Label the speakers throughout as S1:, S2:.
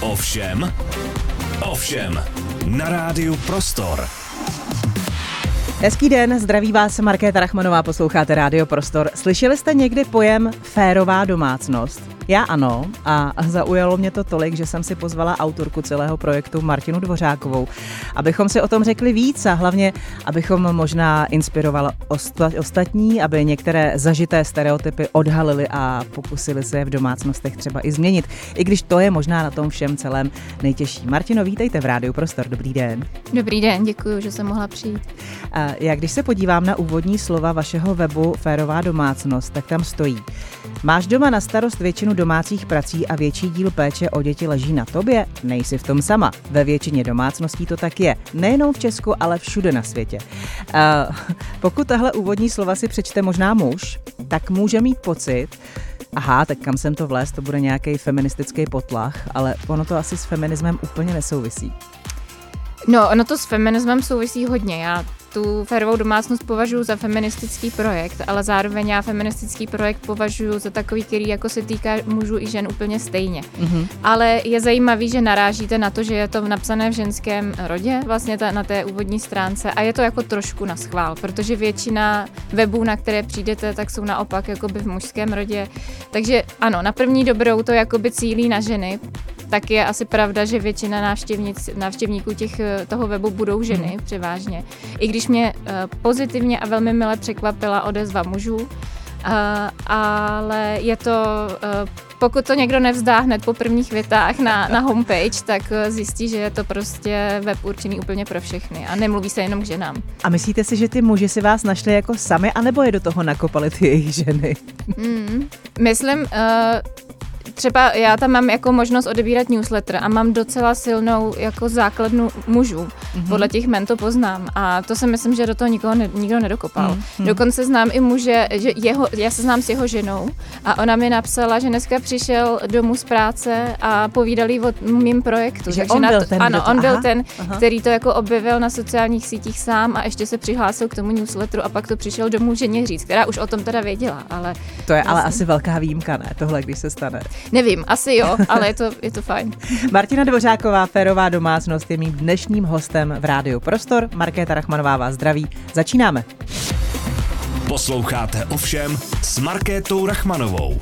S1: Ovšem, na rádiu Prostor.
S2: Hezký den, zdraví vás Markéta Rachmanová, posloucháte Rádio Prostor. Slyšeli jste někdy pojem férová domácnost? Já ano, a zaujalo mě to tolik, že jsem si pozvala autorku celého projektu Martinu Dvořákovou, abychom si o tom řekli víc a hlavně, abychom možná inspirovali ostatní, aby některé zažité stereotypy odhalili a pokusili se je v domácnostech třeba i změnit, i když to je možná na tom všem celém nejtěžší. Martino, vítejte v Rádiu Prostor, dobrý den.
S3: Dobrý den, děkuji, že jsem mohla přijít.
S2: Já když se podívám na úvodní slova vašeho webu Férová domácnost, tak tam stojí: máš doma na starost většinu domácích prací a větší díl péče o děti leží na tobě? Nejsi v tom sama. Ve většině domácností to tak je. Nejenom v Česku, ale všude na světě. Pokud tahle úvodní slova si přečte možná muž, tak může mít pocit, aha, tak kam jsem to vlez, to bude nějaký feministický potlach, ale ono to asi s feminismem úplně nesouvisí.
S3: No, ono to s feminismem souvisí hodně. Já tu férovou domácnost považuji za feministický projekt, ale zároveň já feministický projekt považuji za takový, který jako se týká mužů i žen úplně stejně. Mm-hmm. Ale je zajímavý, že narážíte na to, že je to napsané v ženském rodě, vlastně na té úvodní stránce, a je to jako trošku na schvál, protože většina webů, na které přijdete, tak jsou naopak jakoby v mužském rodě. Takže ano, na první dobrou to jakoby cílí na ženy. Tak je asi pravda, že většina návštěvníků toho webu budou ženy převážně. I když mě pozitivně a velmi mile překvapila odezva mužů, ale je to, pokud to někdo nevzdá hned po prvních větách na homepage, tak zjistí, že je to prostě web určený úplně pro všechny a nemluví se jenom k ženám.
S2: A myslíte si, že ty muži si vás našli jako sami, anebo je do toho nakopaly ty jejich ženy?
S3: Myslím... Třeba já tam mám jako možnost odebírat newsletter a mám docela silnou jako základnu mužů. Podle těch men to poznám a to si myslím, že do toho nikdo nedokopal. Dokonce znám i muže, že já se znám s jeho ženou a ona mi napsala, že dneska přišel domů z práce a povídali o mým projektu.
S2: Že on byl ten,
S3: který to jako objevil na sociálních sítích sám a ještě se přihlásil k tomu newsletteru a pak to přišel domů ženě říct, která už o tom teda věděla. Ale
S2: to je ale asi velká výjimka, ne? Tohle, když se stane.
S3: Nevím, asi jo, ale je to fajn.
S2: Martina Dvořáková, Férová domácnost, je mým dnešním hostem v Rádiu Prostor. Markéta Rachmanová vás zdraví. Začínáme.
S1: Posloucháte Ovšem s Markétou Rachmanovou.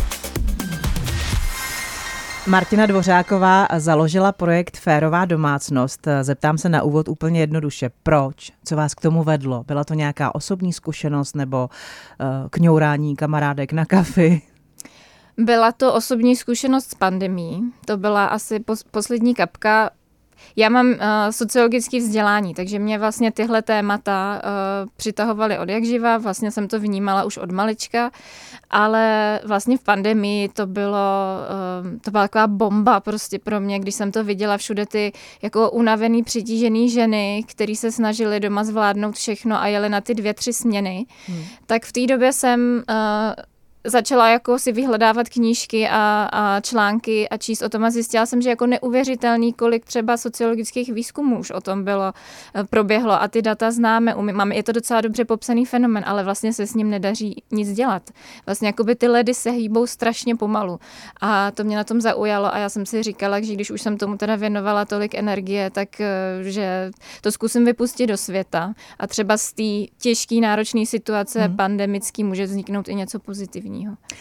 S2: Martina Dvořáková založila projekt Férová domácnost. Zeptám se na úvod úplně jednoduše. Proč? Co vás k tomu vedlo? Byla to nějaká osobní zkušenost nebo kňourání kamarádek na kafi?
S3: Byla to osobní zkušenost s pandemií. To byla asi poslední kapka. Já mám sociologické vzdělání, takže mě vlastně tyhle témata přitahovaly od jak živa. Vlastně jsem to vnímala už od malička, ale vlastně v pandemii to byla taková bomba prostě pro mě, když jsem to viděla všude ty jako unavený, přetížený ženy, který se snažily doma zvládnout všechno a jeli na ty 2-3 směny. Tak v té době jsem... začala jako si vyhledávat knížky a články a číst o tom a zjistila jsem, že jako neuvěřitelný, kolik třeba sociologických výzkumů už o tom proběhlo a ty data známe, je to docela dobře popsaný fenomén, ale vlastně se s ním nedaří nic dělat. Vlastně jakoby ty ledy se hýbou strašně pomalu a to mě na tom zaujalo a já jsem si říkala, že když už jsem tomu teda věnovala tolik energie, tak že to zkusím vypustit do světa a třeba z té těžké náročné situace pandemický může vzniknout i něco pozitivního.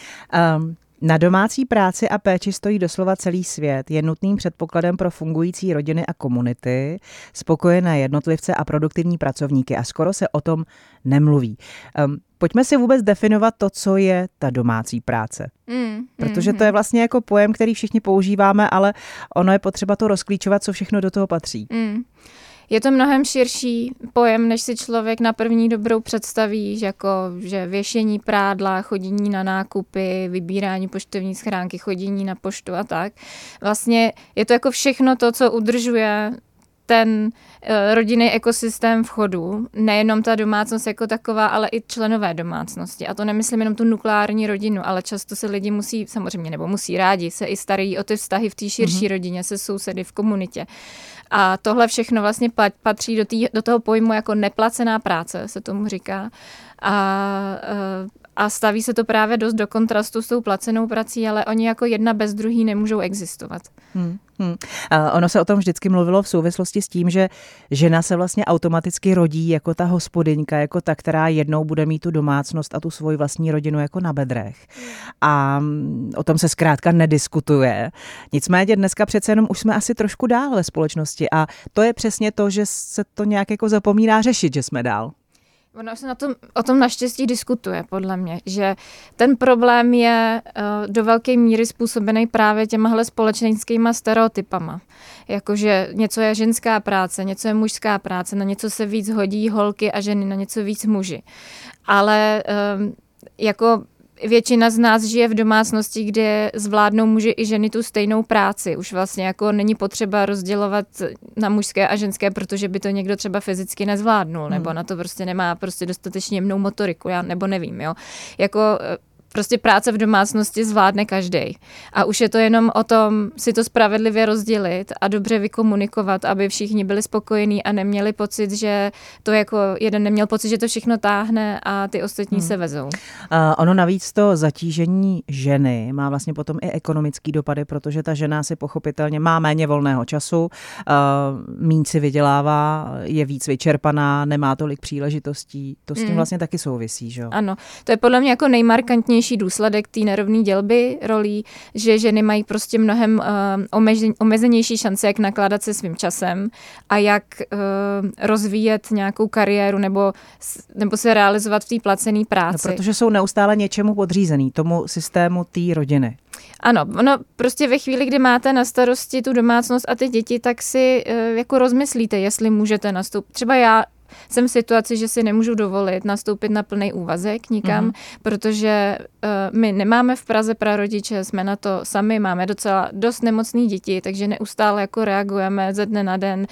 S2: Na domácí práci a péči stojí doslova celý svět. Je nutným předpokladem pro fungující rodiny a komunity, spokojené jednotlivce a produktivní pracovníky a skoro se o tom nemluví. Pojďme si vůbec definovat to, co je ta domácí práce. Protože to je vlastně jako pojem, který všichni používáme, ale ono je potřeba to rozklíčovat, co všechno do toho patří.
S3: Je to mnohem širší pojem, než si člověk na první dobrou představí, že věšení prádla, chodění na nákupy, vybírání poštovní schránky, chodění na poštu a tak. Vlastně je to jako všechno to, co udržuje ten rodinný ekosystém v chodu, nejenom ta domácnost jako taková, ale i členové domácnosti. A to nemyslím jenom tu nukleární rodinu, ale často se lidi musí rádi se i starají o ty vztahy v té širší rodině, se sousedy v komunitě. A tohle všechno vlastně patří do toho pojmu jako neplacená práce, se tomu říká. A staví se to právě dost do kontrastu s tou placenou prací, ale oni jako jedna bez druhý nemůžou existovat.
S2: Ono se o tom vždycky mluvilo v souvislosti s tím, že žena se vlastně automaticky rodí jako ta hospodyňka, jako ta, která jednou bude mít tu domácnost a tu svoji vlastní rodinu jako na bedrech. A o tom se zkrátka nediskutuje. Nicméně dneska přece jenom už jsme asi trošku dál ve společnosti a to je přesně to, že se to nějak jako zapomíná řešit, že jsme dál.
S3: Ono se o tom naštěstí diskutuje, podle mě, že ten problém je do velké míry způsobený právě těmahle společenskýma stereotypama. Jakože něco je ženská práce, něco je mužská práce, na něco se víc hodí holky a ženy, na něco víc muži. Ale jako většina z nás žije v domácnosti, kde zvládnou muži i ženy tu stejnou práci. Už vlastně jako není potřeba rozdělovat na mužské a ženské, protože by to někdo třeba fyzicky nezvládnul, nebo na to prostě nemá prostě dostatečně jemnou motoriku, nebo nevím, jo. Jako prostě práce v domácnosti zvládne každej. A už je to jenom o tom si to spravedlivě rozdělit a dobře vykomunikovat, aby všichni byli spokojení a neměli pocit, že to jako jeden neměl pocit, že to všechno táhne a ty ostatní se vezou.
S2: Ono navíc to zatížení ženy má vlastně potom i ekonomický dopady, protože ta žena si pochopitelně má méně volného času, míň si vydělává, je víc vyčerpaná, nemá tolik příležitostí. To s tím vlastně taky souvisí, že jo?
S3: Ano, to je podle mě jako nejmarkantnější důsledek té nerovné dělby rolí, že ženy mají prostě mnohem omezenější šance, jak nakládat se svým časem a jak rozvíjet nějakou kariéru nebo se realizovat v té placené práci.
S2: No, protože jsou neustále něčemu podřízený, tomu systému té rodiny.
S3: Ano, ono prostě ve chvíli, kdy máte na starosti tu domácnost a ty děti, tak si jako rozmyslíte, jestli můžete nastoupit. Třeba já jsem v situaci, že si nemůžu dovolit nastoupit na plný úvazek nikam, protože my nemáme v Praze prarodiče, jsme na to sami, máme docela dost nemocný děti, takže neustále jako reagujeme ze dne na den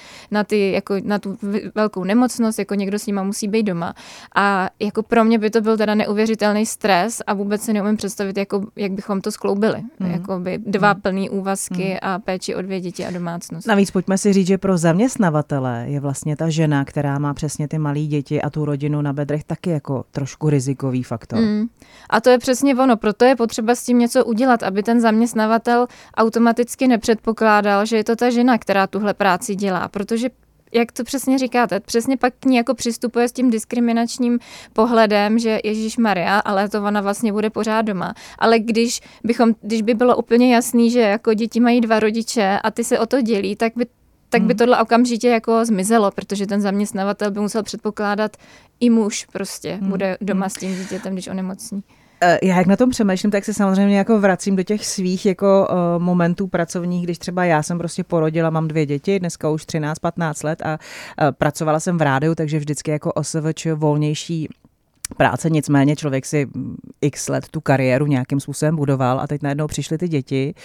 S3: na tu velkou nemocnost, jako někdo s nima musí být doma. A jako pro mě by to byl teda neuvěřitelný stres a vůbec si neumím představit, jako, jak bychom to skloubili. Jakoby 2 plný úvazky a péči o 2 děti a domácnost.
S2: Navíc pojďme si říct, že pro zaměstnavatele je vlastně ta žena, která má přesně ty malé děti a tu rodinu na bedrech taky jako trošku rizikový faktor.
S3: A to je přesně ono, proto je potřeba s tím něco udělat, aby ten zaměstnavatel automaticky nepředpokládal, že je to ta žena, která tuhle práci dělá, protože jak to přesně říkáte, přesně pak k ní jako přistupuje s tím diskriminačním pohledem, že Ježišmarja, ale to ona vlastně bude pořád doma. Ale když by bylo úplně jasný, že jako děti mají 2 rodiče a ty se o to dělí, tak by tohle okamžitě jako zmizelo, protože ten zaměstnavatel by musel předpokládat i muž prostě bude doma s tím dítětem, když onemocní.
S2: Já jak na tom přemýšlím, tak se samozřejmě jako vracím do těch svých jako momentů pracovních, když třeba já jsem prostě porodila, mám 2 děti, dneska už 13-15 let a pracovala jsem v rádiu, takže vždycky jako OSVČ volnější práce, nicméně člověk si x let tu kariéru nějakým způsobem budoval a teď najednou přišly ty děti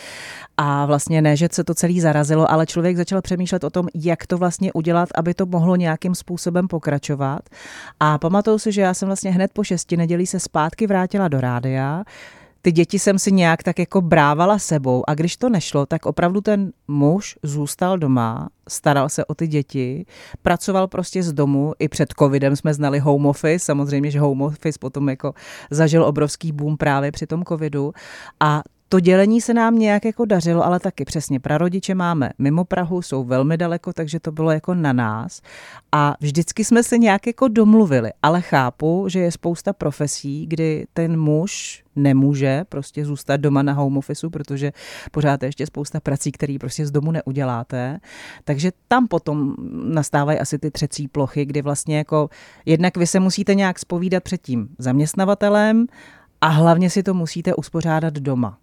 S2: a vlastně ne, že se to celý zarazilo, ale člověk začal přemýšlet o tom, jak to vlastně udělat, aby to mohlo nějakým způsobem pokračovat. A pamatuju si, že já jsem vlastně hned po 6 nedělí se zpátky vrátila do rádia. Ty děti jsem si nějak tak jako brávala sebou a když to nešlo, tak opravdu ten muž zůstal doma, staral se o ty děti, pracoval prostě z domu, i před covidem jsme znali home office, samozřejmě, že home office potom jako zažil obrovský boom právě při tom covidu a to dělení se nám nějak jako dařilo, ale taky přesně prarodiče máme mimo Prahu, jsou velmi daleko, takže to bylo jako na nás a vždycky jsme se nějak jako domluvili, ale chápu, že je spousta profesí, kdy ten muž nemůže prostě zůstat doma na home officeu, protože pořád je ještě spousta prací, které prostě z domu neuděláte, takže tam potom nastávají asi ty třecí plochy, kdy vlastně jako jednak vy se musíte nějak zpovídat před tím zaměstnavatelem a hlavně si to musíte uspořádat doma.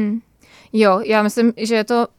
S3: Jo, já myslím, že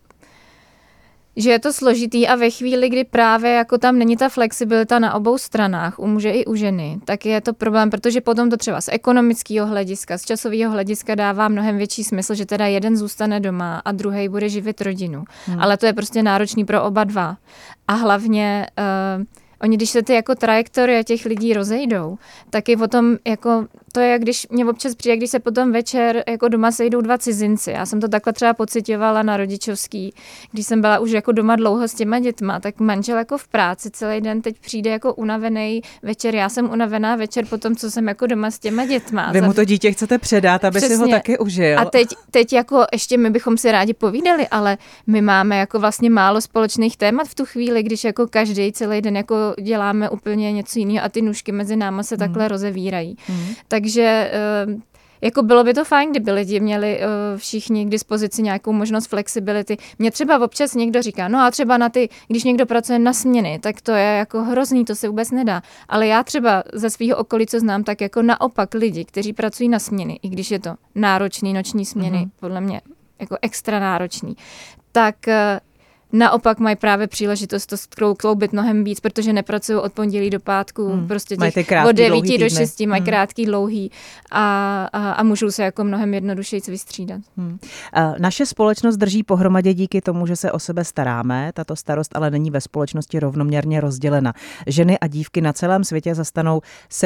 S3: je to složitý a ve chvíli, kdy právě jako tam není ta flexibilita na obou stranách, u muže i u ženy, tak je to problém, protože potom to třeba z ekonomického hlediska, z časového hlediska dává mnohem větší smysl, že teda jeden zůstane doma a druhej bude živit rodinu. Ale to je prostě náročný pro oba dva. A hlavně oni, když se ty jako trajektorie těch lidí rozejdou, tak je potom jako to je, když mě občas přijde, když se potom večer jako doma sejdou dva cizinci. Já jsem to takhle třeba pocitovala na rodičovský, když jsem byla už jako doma dlouho s těma dětma, tak manžel jako v práci celý den teď přijde jako unavený večer. Já jsem unavená večer potom, co jsem jako doma s těma dětma.
S2: Vy mu to dítě chcete předat, aby si ho taky užil.
S3: A teď jako ještě my bychom si rádi povídali, ale my máme jako vlastně málo společných témat v tu chvíli, když jako každý celý den jako děláme úplně něco jiného a ty nůžky mezi náma se takhle rozevírají. Takže jako bylo by to fajn, kdyby lidi měli všichni k dispozici nějakou možnost flexibility. Mně třeba občas někdo říká, no a třeba když někdo pracuje na směny, tak to je jako hrozný, to se vůbec nedá. Ale já třeba ze svého okolí, co znám, tak jako naopak lidi, kteří pracují na směny, i když je to náročný noční směny, podle mě jako extra náročný, tak naopak mají právě příležitost to kloubit mnohem víc, protože nepracují od pondělí do pátku, prostě od 9 do 6 mají krátký, dlouhý a můžou se jako mnohem jednodušeji vystřídat.
S2: Naše společnost drží pohromadě díky tomu, že se o sebe staráme. Tato starost ale není ve společnosti rovnoměrně rozdělena. Ženy a dívky na celém světě zastanou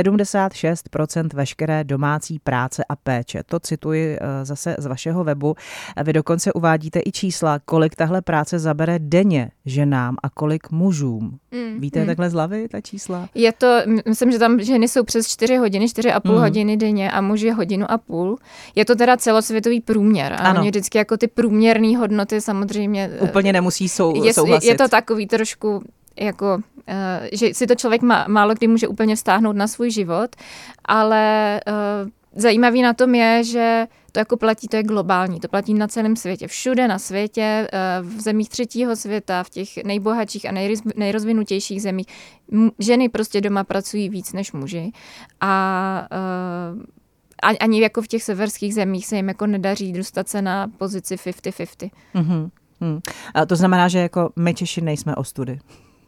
S2: 76% veškeré domácí práce a péče. To cituji zase z vašeho webu. Vy dokonce uvádíte i čísla, kolik tahle práce zabere denně ženám a kolik mužům. Víte takhle z hlavy ta čísla?
S3: Je to, myslím, že tam ženy jsou přes 4 hodiny, 4,5 hodiny denně a muži 1,5 hodiny. Je to teda celosvětový průměr. A oni vždycky jako ty průměrné hodnoty samozřejmě
S2: úplně nemusí souhlasit.
S3: Je to takový trošku jako, že si to člověk málo kdy může úplně vztáhnout na svůj život, ale zajímavý na tom je, že to jako platí, to je globální, to platí na celém světě, všude na světě, v zemích třetího světa, v těch nejbohatších a nejrozvinutějších zemích. Ženy prostě doma pracují víc než muži a ani jako v těch severských zemích se jim jako nedaří dostat se na pozici 50-50.
S2: A to znamená, že jako my Češi nejsme ostudy.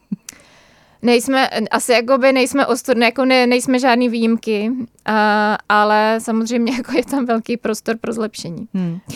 S3: Nejsme ostudné, jako nejsme žádný výjimky, ale samozřejmě jako je tam velký prostor pro zlepšení.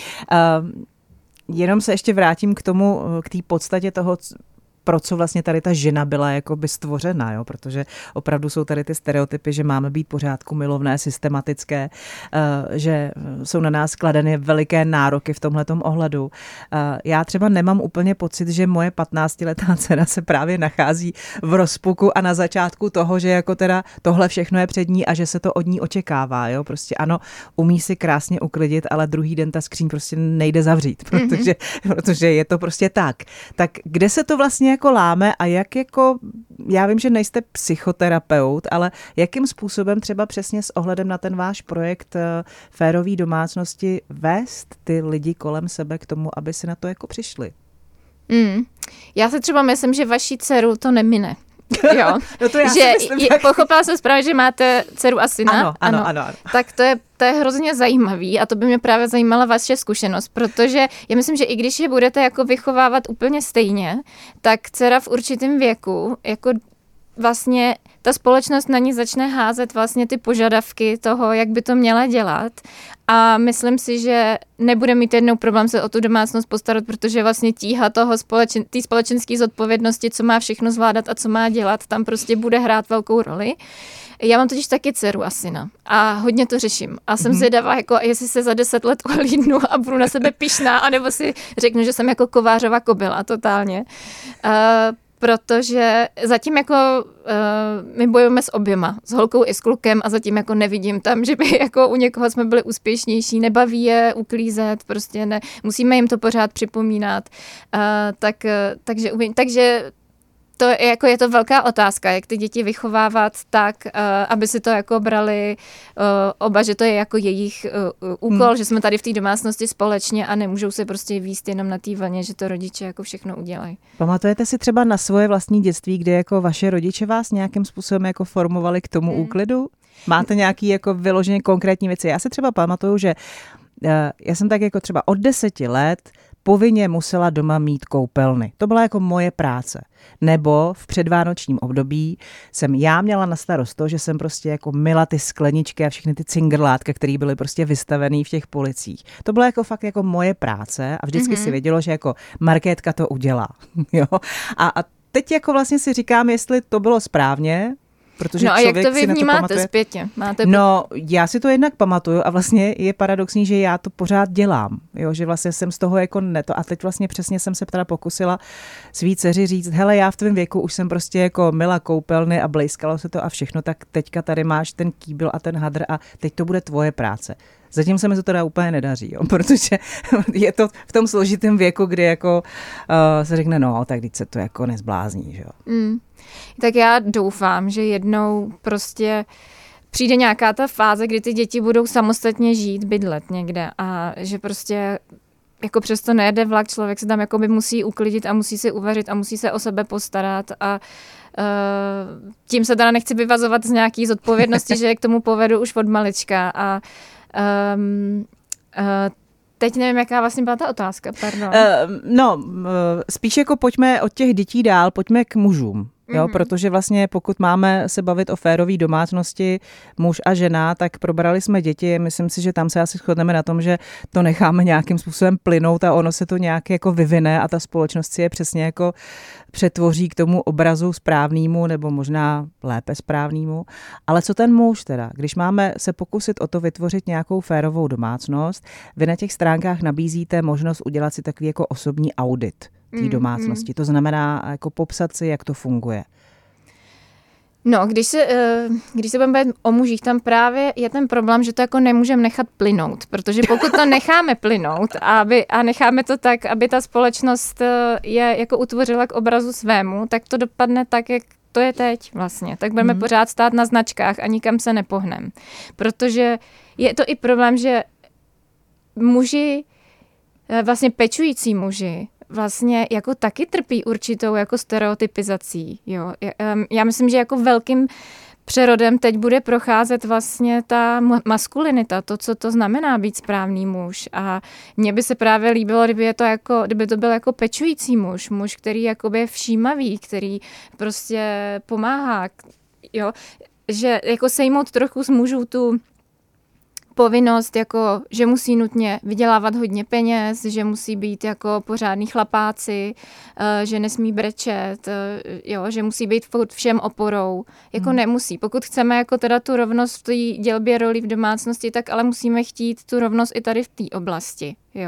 S2: Jenom se ještě vrátím k té podstatě toho, pro co vlastně tady ta žena byla jakoby stvořena, jo? Protože opravdu jsou tady ty stereotypy, že máme být pořádku milovné, systematické, že jsou na nás kladeny veliké nároky v tomhletom ohledu. Já třeba nemám úplně pocit, že moje 15letá dcera se právě nachází v rozpuku a na začátku toho, že jako teda tohle všechno je před ní a že se to od ní očekává, jo? Prostě ano, umí si krásně uklidit, ale druhý den ta skříň prostě nejde zavřít, protože je to prostě tak. Tak kde se to vlastně jako láme a jak jako, já vím, že nejste psychoterapeut, ale jakým způsobem třeba přesně s ohledem na ten váš projekt Férový domácnosti vést ty lidi kolem sebe k tomu, aby si na to jako přišli?
S3: Já si třeba myslím, že vaší dceru to nemine. Jo.
S2: No to já
S3: pochopila jsem správně, že máte dceru a syna.
S2: Ano.
S3: Tak to je hrozně zajímavý a to by mě právě zajímala vaše zkušenost, protože já myslím, že i když je budete jako vychovávat úplně stejně, tak dcera v určitém věku jako vlastně ta společnost na ní začne házet vlastně ty požadavky toho, jak by to měla dělat a myslím si, že nebude mít jednou problém se o tu domácnost postarat, protože vlastně tíha toho té společenské zodpovědnosti, co má všechno zvládat a co má dělat, tam prostě bude hrát velkou roli. Já mám totiž taky dceru a syna a hodně to řeším a jsem zvědavá, jako jestli se za 10 let uhlídnu a budu na sebe pyšná, anebo si řeknu, že jsem jako kovářová kobyla totálně. Protože zatím jako my bojujeme s oběma, s holkou i s klukem a zatím jako nevidím tam, že by jako u někoho jsme byli úspěšnější, nebaví je uklízet, prostě ne, musíme jim to pořád připomínat, takže to je to velká otázka, jak ty děti vychovávat tak, aby si to jako brali oba, že to je jako jejich úkol, že jsme tady v té domácnosti společně a nemůžou se prostě víst jenom na té vlně, že to rodiče jako všechno udělají.
S2: Pamatujete si třeba na svoje vlastní dětství, kde jako vaše rodiče vás nějakým způsobem jako formovali k tomu úklidu? Máte nějaký jako vyloženě konkrétní věci? Já si třeba pamatuju, že já jsem tak jako třeba od 10 let povinně musela doma mít koupelny. To byla jako moje práce. Nebo v předvánočním období jsem já měla na starost to, že jsem prostě jako myla ty skleničky a všechny ty cingrlátka, které byly prostě vystavený v těch policích. To bylo jako fakt jako moje práce a vždycky si vědělo, že jako Markétka to udělá. Jo? A teď jako vlastně si říkám, jestli to bylo správně, Protože
S3: no a jak to
S2: člověk
S3: vy
S2: si na to
S3: vnímáte
S2: pamatuje.
S3: zpětně?
S2: No, já si to jednak pamatuju a vlastně je paradoxní, že já to pořád dělám, jo, že vlastně jsem z toho jako neto a teď vlastně přesně jsem se teda pokusila svý dceři říct, hele, já v tvém věku už jsem prostě jako mila koupelny a blejskalo se to a všechno, tak teďka tady máš ten kýbl a ten hadr a teď to bude tvoje práce. Zatím se mi to teda úplně nedaří, jo, protože je to v tom složitém věku, kdy jako se řekne, no, tak teď se to jako nezblázní, že jo.
S3: Tak já doufám, že jednou prostě přijde nějaká ta fáze, kdy ty děti budou samostatně žít, bydlet někde a že prostě jako přesto nejede vlak, člověk se tam jakoby musí uklidit a musí si uvařit a musí se o sebe postarat a tím se teda nechci vyvazovat z nějaký zodpovědnosti, že je k tomu povedu už od malička a teď nevím, jaká vlastně byla ta otázka, pardon.
S2: Spíš jako pojďme od těch dětí dál, pojďme k mužům. Jo, protože vlastně pokud máme se bavit o férové domácnosti muž a žena, tak probrali jsme děti. Myslím si, že tam se asi shodneme na tom, že to necháme nějakým způsobem plynout a ono se to nějak jako vyvine a ta společnost si je přesně jako přetvoří k tomu obrazu správnému nebo možná lépe správnému. Ale co ten muž teda? Když máme se pokusit o to vytvořit nějakou férovou domácnost, vy na těch stránkách nabízíte možnost udělat si takový jako osobní audit té domácnosti. To znamená jako popsat si, jak to funguje.
S3: No, když se budeme bavit o mužích, tam právě je ten problém, že to jako nemůžeme nechat plynout, protože pokud to necháme plynout a necháme to tak, aby ta společnost je jako utvořila k obrazu svému, tak to dopadne tak, jak to je teď vlastně. Tak budeme pořád stát na značkách a nikam se nepohneme. Protože je to i problém, že muži, vlastně pečující muži, vlastně jako taky trpí určitou jako stereotypizací. Jo. Já myslím, že jako velkým přerodem teď bude procházet vlastně ta maskulinita, to, co to znamená být správný muž. A mně by se právě líbilo, kdyby to byl jako pečující muž, který jakoby je všímavý, který prostě pomáhá, jo. Že jako sejmout trochu z mužů tu povinnost, jako, že musí nutně vydělávat hodně peněz, že musí být jako pořádný chlapáci, že nesmí brečet, jo, že musí být všem oporou. Jako nemusí. Pokud chceme jako teda tu rovnost v té dělbě roli v domácnosti, tak ale musíme chtít tu rovnost i tady v té oblasti. Jo.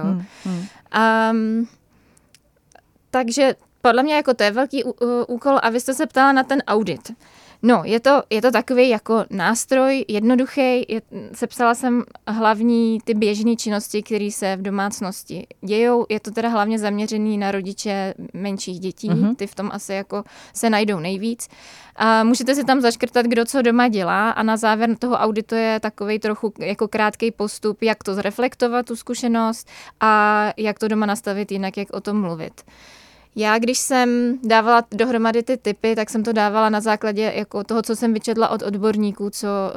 S3: Takže podle mě jako to je velký úkol a vy jste se ptala na ten audit. No, je to takový jako nástroj, jednoduchý. Sepsala jsem hlavní ty běžné činnosti, které se v domácnosti dějou. Je to teda hlavně zaměřený na rodiče menších dětí. Ty v tom asi jako se najdou nejvíc. A můžete si tam zaškrtat, kdo co doma dělá a na závěr toho auditu je takovej trochu jako krátký postup, jak to zreflektovat, tu zkušenost a jak to doma nastavit jinak, jak o tom mluvit. Já, když jsem dávala dohromady ty tipy, tak jsem to dávala na základě jako toho, co jsem vyčetla od odborníků,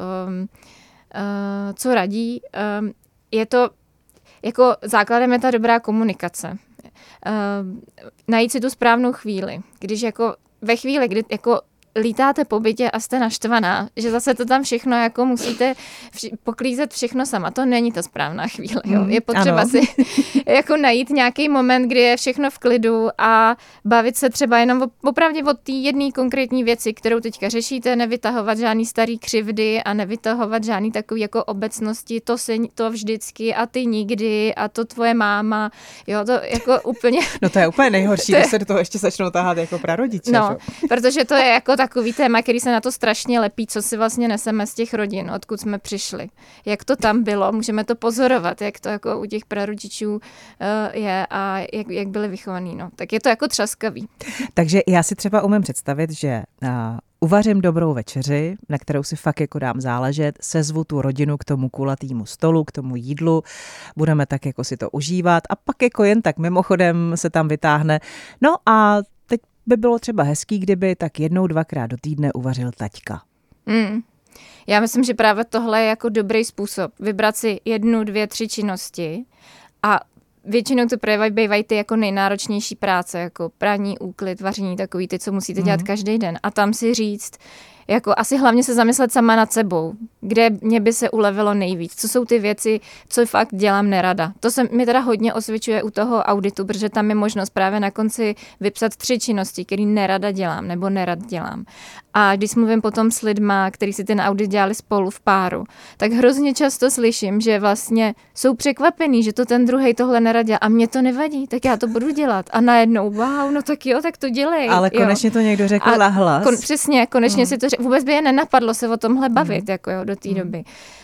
S3: co radí. Je to, jako základem je ta dobrá komunikace. Najít si tu správnou chvíli. Když jako ve chvíli, kdy jako lítáte po bytě a jste naštvaná, že zase to tam všechno jako musíte poklízet všechno sama. To není ta správná chvíle. Jo. Je potřeba si jako najít nějaký moment, kdy je všechno v klidu a bavit se třeba jenom opravdu o té jedné konkrétní věci, kterou teďka řešíte, nevytahovat žádný starý křivdy a nevytahovat žádný takový jako obecnosti, to vždycky a ty nikdy a to tvoje máma. Jo, to jako úplně...
S2: No to je úplně nejhorší, když se do toho ještě začnou tahat jako prarodiče.
S3: No, protože to je jako takový téma, který se na to strašně lepí, co si vlastně neseme z těch rodin, odkud jsme přišli. Jak to tam bylo, můžeme to pozorovat, jak to jako u těch prarodičů je a jak byli vychovaní. No. Tak je to jako třaskavý.
S2: Takže já si třeba umím představit, že uvařím dobrou večeři, na kterou si fakt jako dám záležet, sezvu tu rodinu k tomu kulatýmu stolu, k tomu jídlu, budeme tak jako si to užívat a pak jako jen tak mimochodem se tam vytáhne. No a by bylo třeba hezký, kdyby tak jednou, dvakrát do týdne uvařil taťka.
S3: Já myslím, že právě tohle je jako dobrý způsob. Vybrat si 1, 2, 3 činnosti a většinou to bývají ty jako nejnáročnější práce, jako praní, úklid, vaření, takový ty, co musíte dělat každý den. A tam si říct, jako asi hlavně se zamyslet sama nad sebou, kde mě by se ulevilo nejvíc, co jsou ty věci, co fakt dělám nerada. To se mi teda hodně osvědčuje u toho auditu, protože tam je možnost právě na konci vypsat 3 činnosti, které nerada dělám nebo nerad dělám. A když mluvím potom s lidma, kteří si ten audit dělali spolu v páru, tak hrozně často slyším, že vlastně jsou překvapený, že to ten druhej tohle nerad dělá a mě to nevadí, tak já to budu dělat. A najednou, wow, no tak jo, tak to dělej.
S2: Ale konečně to někdo řekl nahlas.
S3: Přesně, konečně si to řekl. Vůbec by je nenapadlo se o tomhle bavit, jako jo, do té doby.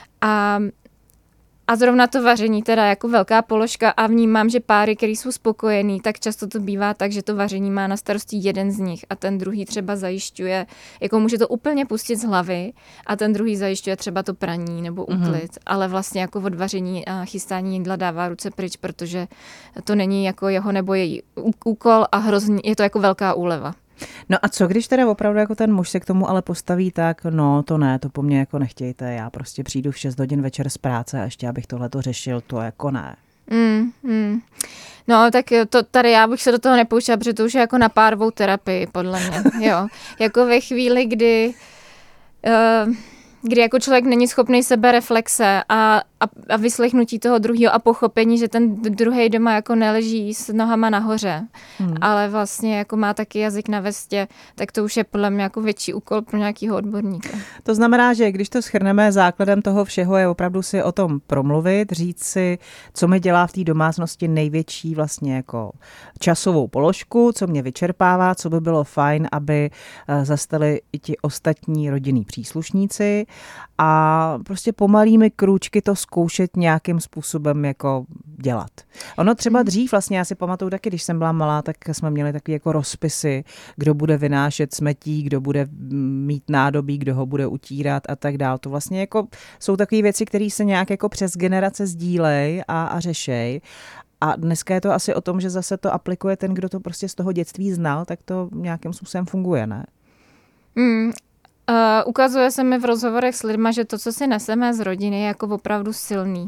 S3: A zrovna to vaření teda jako velká položka a vnímám, že páry, který jsou spokojený, tak často to bývá tak, že to vaření má na starosti jeden z nich a ten druhý třeba zajišťuje, jako může to úplně pustit z hlavy a ten druhý zajišťuje třeba to praní nebo úklid, ale vlastně jako od vaření a chystání jídla dává ruce pryč, protože to není jako jeho nebo její úkol a hrozně je to jako velká úleva.
S2: No a co když teda opravdu jako ten muž se k tomu ale postaví tak, no to ne, to po mně jako nechtějte, já prostě přijdu v 6 hodin večer z práce a ještě abych tohleto řešil, to jako ne.
S3: No tak to tady já bych se do toho nepouštěla, protože to už je jako na párovou terapii, podle mě, jo. Jako ve chvíli, kdy jako člověk není schopný sebereflexe a vyslechnutí toho druhého a pochopení, že ten druhej doma jako neleží s nohama nahoře, ale vlastně jako má taky jazyk na vestě, tak to už je podle mě jako větší úkol pro nějakého odborníka.
S2: To znamená, že když to shrneme, základem toho všeho je opravdu si o tom promluvit, říct si, co mi dělá v té domácnosti největší vlastně jako časovou položku, co mě vyčerpává, co by bylo fajn, aby zastali i ti ostatní rodinní příslušníci a prostě pomalými krůčky to zkoušet nějakým způsobem jako dělat. Ono třeba dřív, vlastně já si pamatuju taky, když jsem byla malá, tak jsme měli takový jako rozpisy, kdo bude vynášet smetí, kdo bude mít nádobí, kdo ho bude utírat a tak dál. To vlastně jako jsou takové věci, které se nějak jako přes generace sdílej a řešej. A dneska je to asi o tom, že zase to aplikuje ten, kdo to prostě z toho dětství znal, tak to nějakým způsobem funguje, ne?
S3: Ukazuje se mi v rozhovorech s lidma, že to, co si neseme z rodiny, je jako opravdu silný.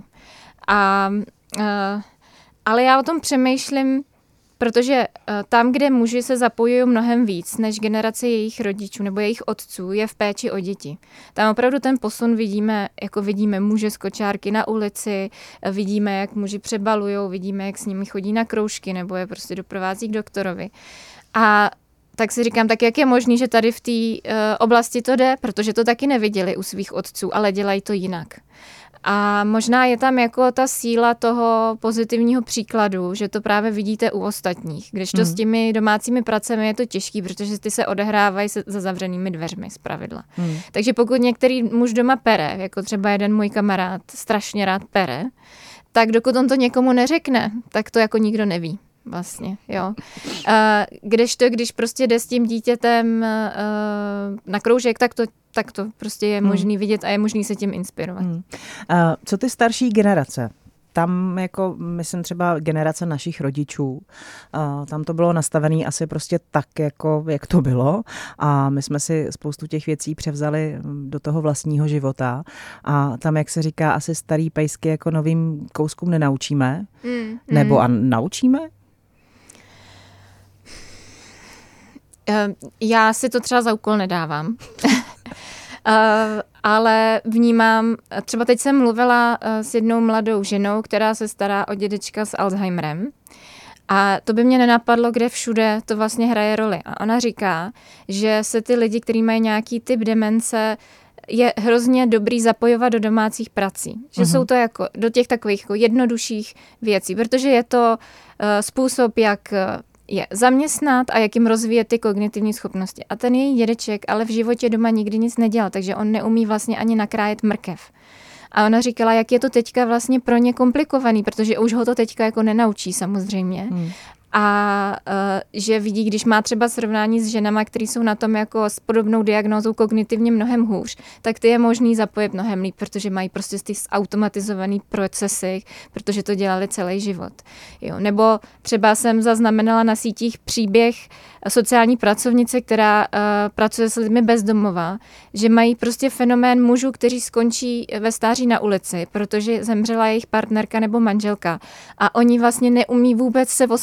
S3: Ale já o tom přemýšlím, protože tam, kde muži se zapojují mnohem víc než generace jejich rodičů nebo jejich otců, je v péči o děti. Tam opravdu ten posun vidíme muže z kočárky na ulici, vidíme, jak muži přebalujou, vidíme, jak s nimi chodí na kroužky nebo je prostě doprovází k doktorovi. A tak si říkám, tak jak je možný, že tady v té oblasti to jde, protože to taky neviděli u svých otců, ale dělají to jinak. A možná je tam jako ta síla toho pozitivního příkladu, že to právě vidíte u ostatních. Když to s těmi domácími pracemi je to těžký, protože ty se odehrávají za zavřenými dveřmi zpravidla. Takže pokud některý muž doma pere, jako třeba jeden můj kamarád strašně rád pere, tak dokud on to někomu neřekne, tak to jako nikdo neví. Vlastně, jo. Když prostě jde s tím dítětem na kroužek, tak to prostě je možný vidět a je možný se tím inspirovat.
S2: Co ty starší generace? Tam jako, myslím třeba generace našich rodičů, tam to bylo nastavené asi prostě tak, jako jak to bylo a my jsme si spoustu těch věcí převzali do toho vlastního života a tam, jak se říká, asi starý pejsky jako novým kouskům nenaučíme, nebo a naučíme?
S3: Já si to třeba za úkol nedávám, ale vnímám, třeba teď jsem mluvila s jednou mladou ženou, která se stará o dědečka s Alzheimerem a to by mě nenapadlo, kde všude to vlastně hraje roli. A ona říká, že se ty lidi, kteří mají nějaký typ demence, je hrozně dobrý zapojovat do domácích prací. Že jsou to jako do těch takových jako jednodušších věcí, protože je to způsob, jak je zaměstnat a jak jim rozvíjet ty kognitivní schopnosti. A ten její dědeček ale v životě doma nikdy nic nedělal, takže on neumí vlastně ani nakrájet mrkev. A ona říkala, jak je to teďka vlastně pro ně komplikovaný, protože už ho to teďka jako nenaučí samozřejmě. A že vidí, když má třeba srovnání s ženama, který jsou na tom jako s podobnou diagnózou kognitivně mnohem hůř, tak ty je možný zapojit mnohem líp, protože mají prostě ty automatizované procesy, protože to dělali celý život. Jo. Nebo třeba jsem zaznamenala na sítích příběh sociální pracovnice, která pracuje s lidmi bezdomova, že mají prostě fenomén mužů, kteří skončí ve stáří na ulici, protože zemřela jejich partnerka nebo manželka a oni vlastně neumí vůbec se o sebe postarat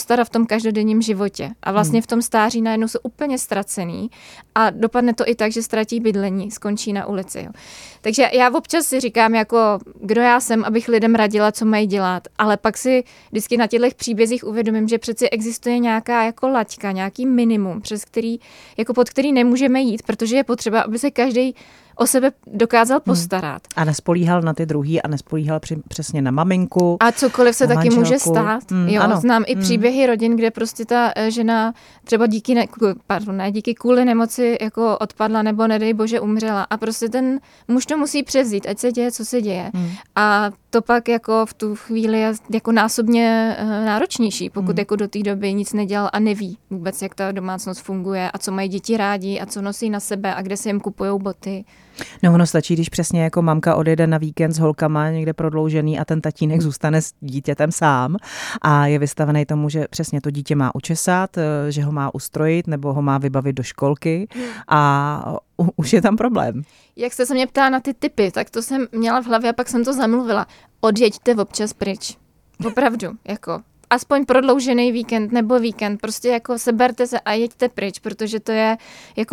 S3: postarat v tom každodenním životě. A vlastně v tom stáří najednou jsou úplně ztracený a dopadne to i tak, že ztratí bydlení, skončí na ulici. Jo. Takže já občas si říkám, jako, kdo já jsem, abych lidem radila, co mají dělat, ale pak si vždycky na těchto příbězích uvědomím, že přeci existuje nějaká jako laťka, nějaký minimum, pod který nemůžeme jít, protože je potřeba, aby se každý o sebe dokázal postarat.
S2: A nespolíhal na ty druhý a nespolíhal přesně na maminku.
S3: A cokoliv se taky
S2: manželku. Může
S3: stát. Znám i příběhy rodin, kde prostě ta žena třeba díky kvůli nemoci jako odpadla nebo nedej bože umřela. A prostě ten muž to musí převzít, ať se děje, co se děje. A to pak jako v tu chvíli je jako násobně náročnější, pokud jako do té doby nic nedělal a neví vůbec, jak ta domácnost funguje a co mají děti rádi a co nosí na sebe a kde se jim kupujou boty.
S2: No ono stačí, když přesně jako mamka odjede na víkend s holkama někde prodloužený a ten tatínek zůstane s dítětem sám a je vystavený tomu, že přesně to dítě má učesat, že ho má ustrojit nebo ho má vybavit do školky a už je tam problém.
S3: Jak jste se mě ptala na ty tipy, tak to jsem měla v hlavě a pak jsem to zamluvila. Odjeďte občas pryč. Opravdu, jako aspoň prodloužený víkend nebo víkend, prostě jako seberte se a jeďte pryč, protože to je jako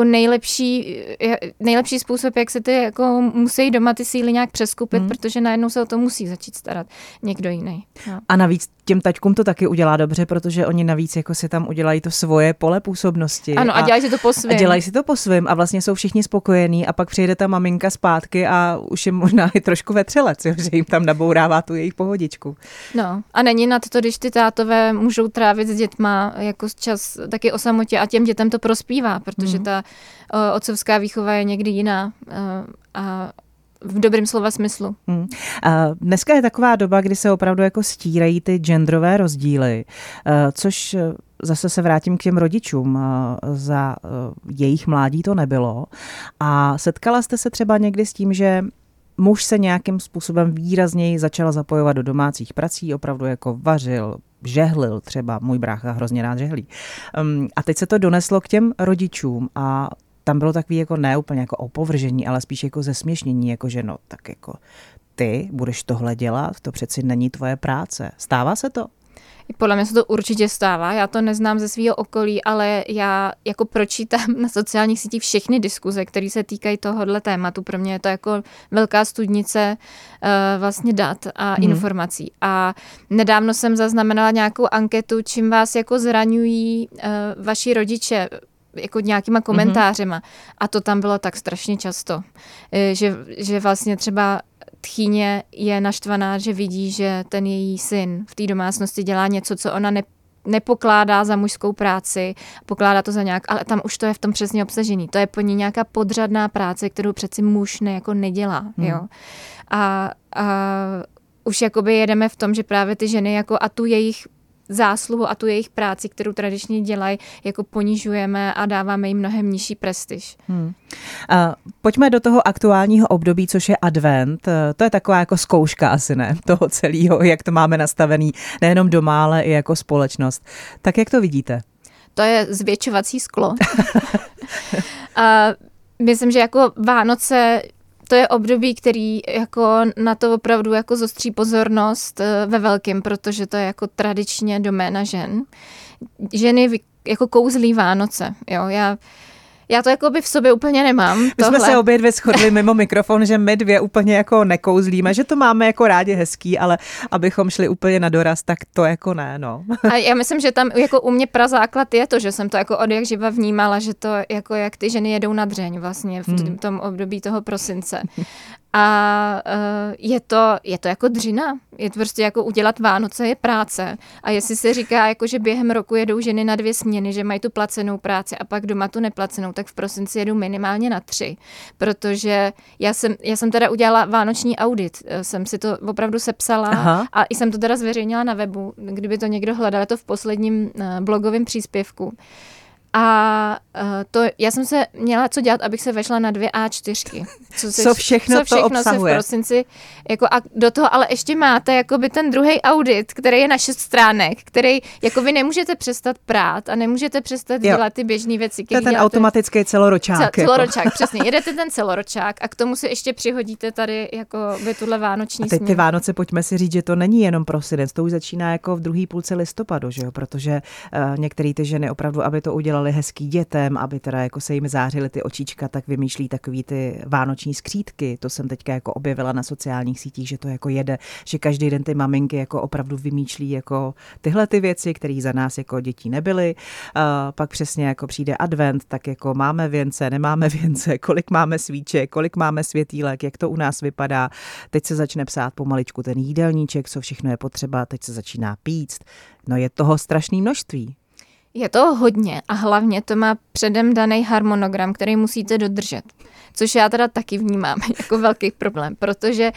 S3: nejlepší způsob, jak se ty jako musí doma ty síly nějak přeskupit, protože najednou se o to musí začít starat někdo jiný. No.
S2: A navíc těm taťkům to taky udělá dobře, protože oni navíc jako si tam udělají to svoje pole působnosti.
S3: Ano, a dělají si to po svém.
S2: A dělají si to po svém a vlastně jsou všichni spokojení a pak přijde ta maminka zpátky a už je možná i trošku vetřelec, že jim tam nabourává tu jejich pohodičku.
S3: No a není nad to, když ty tátové můžou trávit s dětma jako čas taky o samotě a těm dětem to prospívá, protože ta otcovská výchova je někdy jiná a v dobrém slova smyslu.
S2: Dneska je taková doba, kdy se opravdu jako stírají ty genderové rozdíly, což zase se vrátím k těm rodičům. Za jejich mládí to nebylo. A setkala jste se třeba někdy s tím, že muž se nějakým způsobem výrazněji začal zapojovat do domácích prací, opravdu jako vařil, žehlil třeba, můj brácha hrozně rád žehlí. A teď se to doneslo k těm rodičům a tam bylo takový jako ne úplně jako opovržení, ale spíš jako zesměšnění, jako že no tak jako ty budeš tohle dělat, to přeci není tvoje práce. Stává se to?
S3: Podle mě se to určitě stává, já to neznám ze svého okolí, ale já jako pročítám na sociálních sítích všechny diskuze, které se týkají tohohle tématu. Pro mě je to jako velká studnice vlastně dat a informací. A nedávno jsem zaznamenala nějakou anketu, čím vás jako zraňují vaši rodiče jako nějakýma komentářema. A to tam bylo tak strašně často, že vlastně třeba tchýně je naštvaná, že vidí, že ten její syn v té domácnosti dělá něco, co ona nepokládá za mužskou práci, pokládá to za nějak, ale tam už to je v tom přesně obsažený. To je po ní nějaká podřadná práce, kterou přeci muž jako nedělá. Jo? A už jakoby jedeme v tom, že právě ty ženy jako a tu jejich zásluhu a tu jejich práci, kterou tradičně dělají, jako ponižujeme a dáváme jim mnohem nižší prestiž.
S2: Pojďme do toho aktuálního období, což je advent. To je taková jako zkouška asi, ne? Toho celého, jak to máme nastavený, nejenom doma, ale i jako společnost. Tak jak to vidíte?
S3: To je zvětšovací sklo. A myslím, že jako Vánoce to je období, který jako na to opravdu jako zostří pozornost ve velkým, protože to je jako tradičně doména žen. Ženy jako kouzlí Vánoce. Jo, já to jako by v sobě úplně nemám.
S2: My jsme se obě dvě shodli mimo mikrofon, že my dvě úplně jako nekouzlíme, že to máme jako rádi hezký, ale abychom šli úplně na doraz, tak to jako ne, no.
S3: A já myslím, že tam jako u mě prazáklad je to, že jsem to jako od jak živa vnímala, že to jako jak ty ženy jedou na dřeň vlastně v tom období toho prosince. A je to jako dřina. Je to prostě jako udělat Vánoce je práce. A jestli se říká, jako, že během roku jedou ženy na 2 směny, že mají tu placenou práci a pak doma tu neplacenou, tak v prosinci jedou minimálně na 3. Protože já jsem teda udělala vánoční audit. Jsem si to opravdu sepsala. Aha. A jsem to teda zveřejnila na webu. Kdyby to někdo hledal, je to v posledním blogovém příspěvku. A já jsem se měla co dělat, abych se vešla na 2 A4.
S2: Co všechno to obsahuje.
S3: Se v prosinci, jako a do toho ale ještě máte jakoby ten druhý audit, který je na 6 stránek, který jako vy nemůžete přestat prát a nemůžete přestat dělat ty běžné věci.
S2: To je ten automatický celoročák.
S3: Celoročák, přesně. Jedete ten celoročák a k tomu si ještě přihodíte tady jako by tuhle vánoční
S2: a teď ty Vánoce, pojďme si říct, že to není jenom prosinec, to už začíná jako v druhé půlce listopadu, že jo? Protože některé ty ženy opravdu, aby to udělali hezký dětem, aby teda jako se jim zářily ty očička, tak vymýšlí takový ty vánoční skřítky. To jsem teďka jako objevila na sociálních sítích, že to jako jede, že každý den ty maminky jako opravdu vymýšlí jako tyhle ty věci, které za nás jako dětí nebyly. Pak přesně jako přijde advent, tak jako máme věnce, nemáme věnce, kolik máme svíček, kolik máme světýlek, jak to u nás vypadá. Teď se začne psát pomaličku ten jídelníček, co všechno je potřeba, teď se začíná píct. No je toho strašné množství.
S3: Je to hodně a hlavně to má předem daný harmonogram, který musíte dodržet, což já teda taky vnímám jako velký problém, protože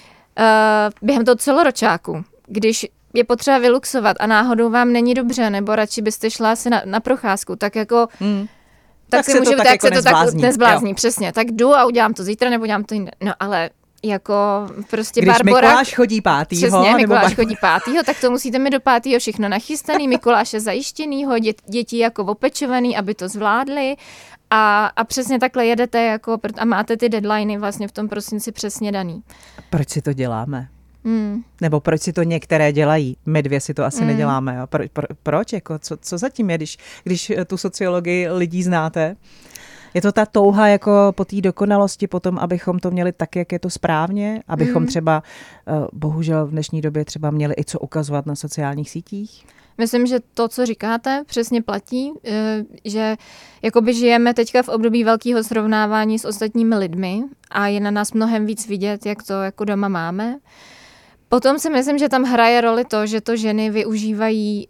S3: během toho celoročáku, když je potřeba vyluxovat a náhodou vám není dobře, nebo radši byste šla asi na procházku, tak jako... Tak se to tak nezblázní, přesně. Tak jdu a udělám to zítra, nebo udělám to jinde. No ale jako prostě
S2: když
S3: Barbora...
S2: Mikuláš chodí 5.
S3: Přesně, Mikuláš chodí 5. tak to musíte mi do 5. všechno nachystaný, Mikuláše zajištěnýho, děti jako opečovaný, aby to zvládli a přesně takhle jedete jako a máte ty deadliny vlastně v tom prosinci přesně daný.
S2: Proč si to děláme? Nebo proč si to některé dělají? My 2 si to asi neděláme. A proč? Jako, co zatím je, když tu sociologii lidí znáte? Je to ta touha jako po té dokonalosti potom, abychom to měli tak, jak je to správně? Abychom třeba, bohužel v dnešní době třeba měli i co ukazovat na sociálních sítích?
S3: Myslím, že to, co říkáte, přesně platí, že jakoby žijeme teďka v období velkého srovnávání s ostatními lidmi a je na nás mnohem víc vidět, jak to jako doma máme. Potom si myslím, že tam hraje roli to, že to ženy využívají,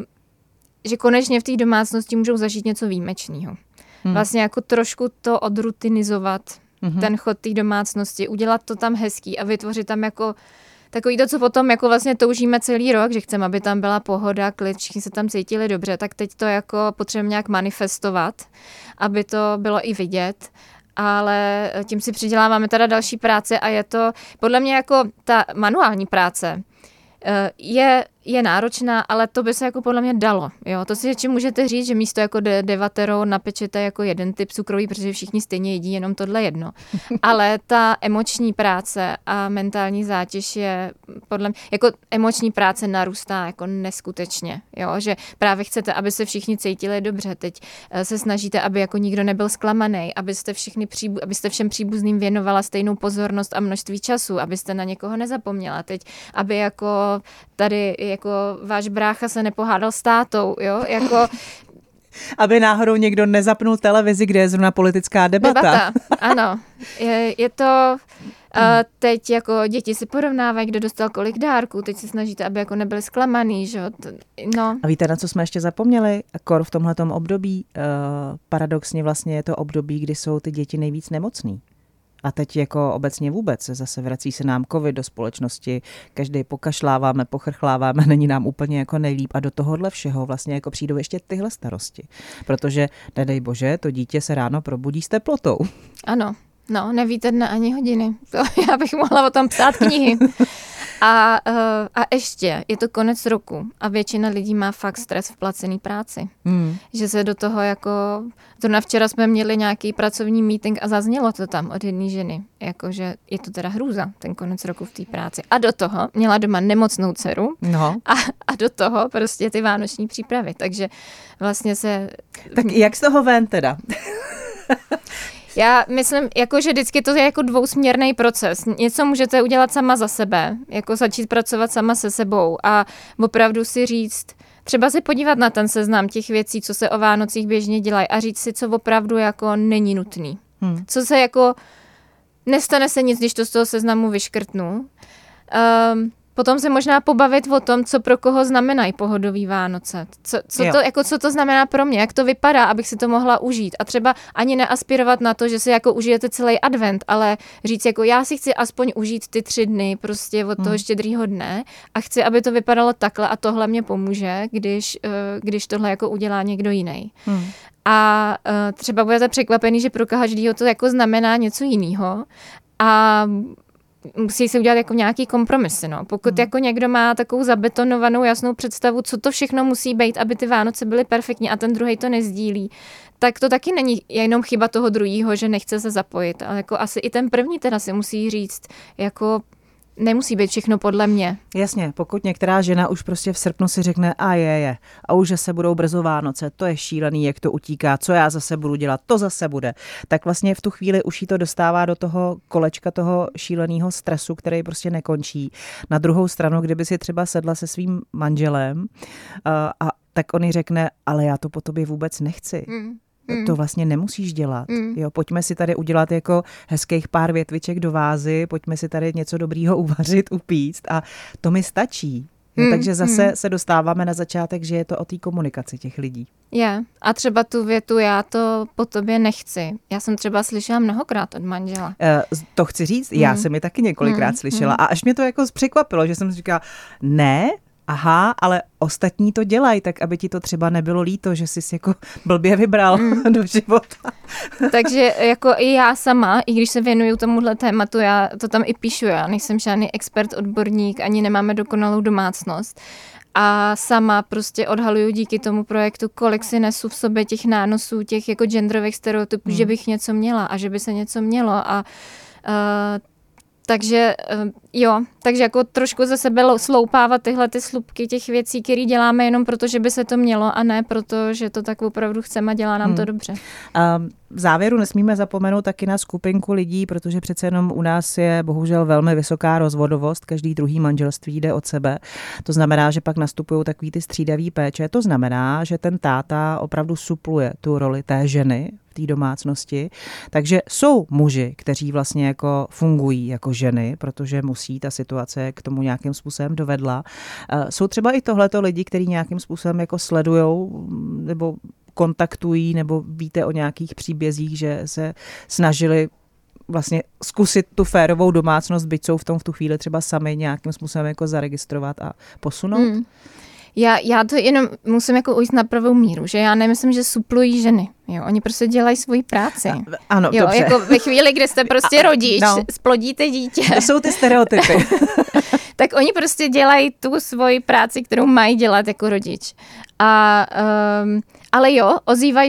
S3: že konečně v té domácnosti můžou zažít něco výjimečného. Vlastně jako trošku to odrutinizovat, ten chod té domácnosti, udělat to tam hezký a vytvořit tam jako takový to, co potom jako vlastně toužíme celý rok, že chceme, aby tam byla pohoda, klid, všichni se tam cítili dobře, tak teď to jako potřebujeme nějak manifestovat, aby to bylo i vidět. Ale tím si přiděláváme teda další práce a je to podle mě jako ta manuální práce je náročná, ale to by se jako podle mě dalo. Jo? To si ještě můžete říct, že místo jako devaterou napečete jako jeden typ cukroví, protože všichni stejně jedí jenom tohle jedno. Ale ta emoční práce a mentální zátěž je podle mě, jako emoční práce narůstá jako neskutečně. Jo? Že právě chcete, aby se všichni cítili dobře. Teď se snažíte, aby jako nikdo nebyl zklamaný, abyste všem příbuzným věnovala stejnou pozornost a množství času, abyste na někoho nezapomněla. Teď, aby jako tady jako váš brácha se nepohádal s tátou, jo, jako...
S2: Aby náhodou někdo nezapnul televizi, kde je zrovna politická debata.
S3: Ano. Je to... teď jako děti si porovnávají, kdo dostal kolik dárků, teď se snažíte, aby jako nebyli zklamaný, že jo. No.
S2: A víte, na co jsme ještě zapomněli? Kor v tomhletom období, paradoxně vlastně je to období, kdy jsou ty děti nejvíc nemocný. A teď jako obecně vůbec zase vrací se nám covid do společnosti, každý pokašláváme, pochrchláváme, není nám úplně jako nejlíp a do tohohle všeho vlastně jako přijdou ještě tyhle starosti. Protože, nedej bože, to dítě se ráno probudí s teplotou.
S3: Ano, no, nevíte dne ani hodiny. To já bych mohla o tom psát knihy. A ještě je to konec roku a většina lidí má fakt stres v placený práci. Že se do toho jako... Zrovna včera jsme měli nějaký pracovní meeting a zaznělo to tam od jedné ženy. Jakože je to teda hrůza, ten konec roku v té práci. A do toho měla doma nemocnou dceru a do toho prostě ty vánoční přípravy. Takže vlastně se...
S2: Tak jak z toho ven teda?
S3: Já myslím, jako, že vždycky to je jako dvousměrný proces. Něco můžete udělat sama za sebe, jako začít pracovat sama se sebou a opravdu si říct, třeba si podívat na ten seznam těch věcí, co se o Vánocích běžně dělají a říct si, co opravdu jako není nutný. Co se jako, nestane se nic, když to z toho seznamu vyškrtnu. potom se možná pobavit o tom, co pro koho znamenají pohodový Vánoce. Co to znamená pro mě, jak to vypadá, abych si to mohla užít. A třeba ani neaspirovat na to, že si jako užijete celý advent, ale říct jako já si chci aspoň užít ty 3 dny prostě od toho štědrýho dne a chci, aby to vypadalo takhle a tohle mě pomůže, když tohle jako udělá někdo jiný. A třeba budete překvapený, že pro každýho to jako znamená něco jiného. A musí se udělat jako nějaký kompromisy, no. Pokud jako někdo má takovou zabetonovanou jasnou představu, co to všechno musí být, aby ty Vánoce byly perfektní a ten druhej to nezdílí, tak to taky není jenom chyba toho druhýho, že nechce se zapojit, ale jako asi i ten první teda si musí říct, jako nemusí být všechno podle mě.
S2: Jasně, pokud některá žena už prostě v srpnu si řekne a už se budou brzo Vánoce, to je šílený, jak to utíká, co já zase budu dělat, to zase bude. Tak vlastně v tu chvíli už jí to dostává do toho kolečka toho šíleného stresu, který prostě nekončí. Na druhou stranu, kdyby si třeba sedla se svým manželem a tak on jí řekne, ale já to po tobě vůbec nechci. To vlastně nemusíš dělat. Jo, pojďme si tady udělat jako hezkých pár větviček do vázy, pojďme si tady něco dobrýho uvařit, upíct a to mi stačí. Jo, takže zase se dostáváme na začátek, že je to o té komunikaci těch lidí.
S3: A třeba tu větu, já to po tobě nechci. Já jsem třeba slyšela mnohokrát od manžela.
S2: To chci říct, já jsem ji taky několikrát slyšela a až mě to jako překvapilo, že jsem si říkala, ne, aha, ale ostatní to dělají, tak aby ti to třeba nebylo líto, že jsi jako blbě vybral do života.
S3: Takže jako i já sama, i když se věnuju tomuhle tématu, já to tam i píšu, já nejsem žádný expert, odborník, ani nemáme dokonalou domácnost. A sama prostě odhaluju díky tomu projektu, kolik si nesu v sobě těch nánosů, těch jako genderových stereotypů, že bych něco měla a že by se něco mělo a takže jako trošku ze sebe sloupávat tyhle ty slupky těch věcí, které děláme jenom proto, že by se to mělo a ne proto, že to tak opravdu chceme a dělá nám to dobře.
S2: V závěru nesmíme zapomenout taky na skupinku lidí, protože přece jenom u nás je bohužel velmi vysoká rozvodovost, každý druhý manželství jde od sebe. To znamená, že pak nastupují takový ty střídavý péče. To znamená, že ten táta opravdu supluje tu roli té ženy v té domácnosti. Takže jsou muži, kteří vlastně jako fungují jako ženy, protože musí, ta situace k tomu nějakým způsobem dovedla. Jsou třeba i tohleto lidi, kteří nějakým způsobem jako sledujou nebo kontaktují, nebo víte o nějakých příbězích, že se snažili vlastně zkusit tu férovou domácnost, byť jsou v tom v tu chvíli třeba sami nějakým způsobem jako zaregistrovat a posunout?
S3: Já to jenom musím jako ujít na pravou míru, že já nemyslím, že suplují ženy. Jo, oni prostě dělají svoji práci.
S2: Ano,
S3: jo,
S2: dobře.
S3: Jako ve chvíli, kdy jste prostě rodič, splodíte dítě.
S2: To jsou ty stereotypy.
S3: Tak oni prostě dělají tu svoji práci, kterou mají dělat jako rodič. Ale jo, ozývají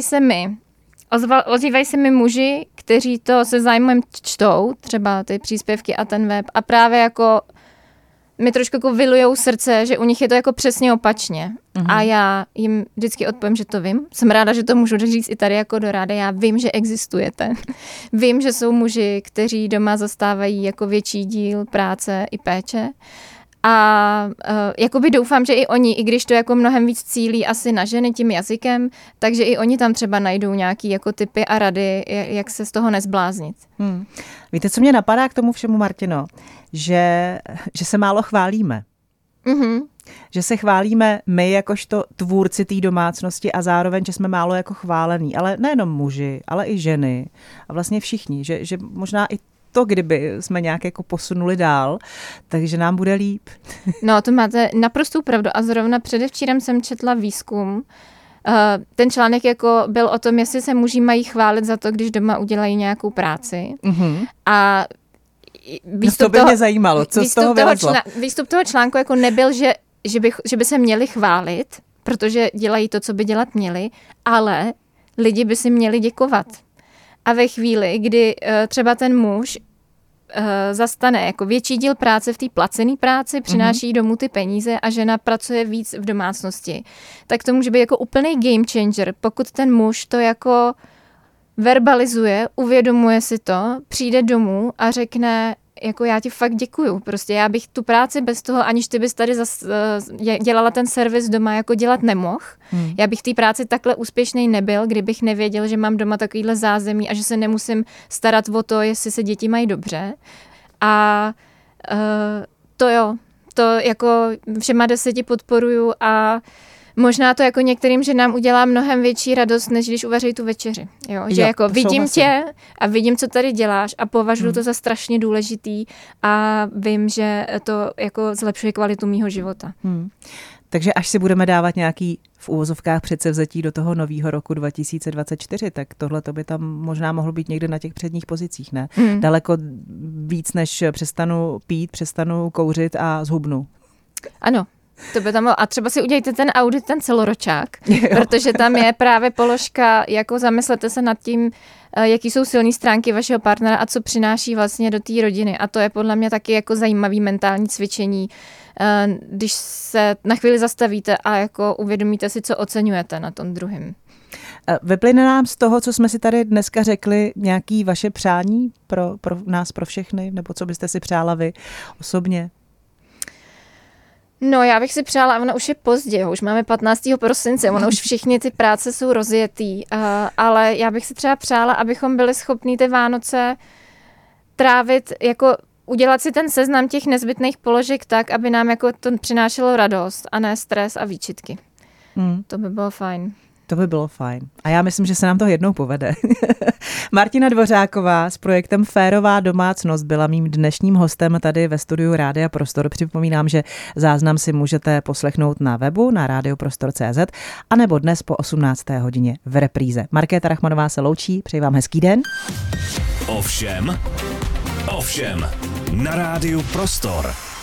S3: se mi muži, kteří to se zájmem čtou, třeba ty příspěvky a ten web a právě jako mi trošku jako vylujou srdce, že u nich je to jako přesně opačně. A já jim vždycky odpovím, že to vím. Jsem ráda, že to můžu říct i tady jako do rádia. Já vím, že existujete. Vím, že jsou muži, kteří doma zastávají jako větší díl práce i péče. A jakoby doufám, že i oni, i když to jako mnohem víc cílí asi na ženy tím jazykem, takže i oni tam třeba najdou nějaký jako tipy a rady, jak se z toho nezbláznit.
S2: Víte, co mě napadá k tomu všemu, Martino? Že se málo chválíme. Že se chválíme my jakožto tvůrci té domácnosti a zároveň, že jsme málo jako chválení. Ale nejenom muži, ale i ženy a vlastně všichni. Že možná i to, kdyby jsme nějak jako posunuli dál, takže nám bude líp.
S3: No, to máte naprostou pravdu. A zrovna předevčírem jsem četla výzkum. Ten článek jako byl o tom, jestli se muži mají chválit za to, když doma udělají nějakou práci. A
S2: to by mě zajímalo, co z toho vylezlo.
S3: Výstup toho článku jako nebyl, že by se měli chválit, protože dělají to, co by dělat měli, ale lidi by si měli děkovat. A ve chvíli, kdy třeba ten muž zastane jako větší díl práce v té placené práci, přináší domů ty peníze a žena pracuje víc v domácnosti, tak to může být jako úplný game changer, pokud ten muž to jako verbalizuje, uvědomuje si to, přijde domů a řekne, jako já ti fakt děkuju. Prostě já bych tu práci bez toho, aniž ty bys tady dělala ten servis doma, jako dělat nemohl. Já bych té práci takhle úspěšnej nebyl, kdybych nevěděl, že mám doma takovýhle zázemí a že se nemusím starat o to, jestli se děti mají dobře. A to jako všema 10 podporuju a možná to jako některým ženám udělá mnohem větší radost, než když uvaří tu večeři. Jo? Že jako vidím tě a vidím, co tady děláš a považuji to za strašně důležitý a vím, že to jako zlepšuje kvalitu mýho života.
S2: Takže až si budeme dávat nějaký v úvozovkách předsevzetí do toho nového roku 2024, tak tohle to by tam možná mohlo být někde na těch předních pozicích, ne? Daleko víc, než přestanu pít, přestanu kouřit a zhubnu.
S3: Ano. To by tam, a třeba si udějte ten audit, ten celoročák, protože tam je právě položka, jako zamyslete se nad tím, jaký jsou silné stránky vašeho partnera a co přináší vlastně do té rodiny. A to je podle mě taky jako zajímavý mentální cvičení, když se na chvíli zastavíte a jako uvědomíte si, co oceňujete na tom druhém.
S2: Vyplyne nám z toho, co jsme si tady dneska řekli, nějaké vaše přání pro nás, pro všechny, nebo co byste si přála vy osobně?
S3: No, já bych si přála, ono už je pozdě, už máme 15. prosince, ono už všichni ty práce jsou rozjetý, ale já bych si třeba přála, abychom byli schopní ty Vánoce trávit, jako udělat si ten seznam těch nezbytných položek tak, aby nám jako to přinášelo radost a ne stres a výčitky. To by bylo fajn.
S2: To by bylo fajn. A já myslím, že se nám to jednou povede. Martina Dvořáková s projektem Férová domácnost byla mým dnešním hostem tady ve studiu Rádia Prostor. Připomínám, že záznam si můžete poslechnout na webu na radioprostor.cz a nebo dnes po 18. hodině v repríze. Markéta Rachmanová se loučí, přeji vám hezký den.
S1: Ovšem na Rádiu Prostor.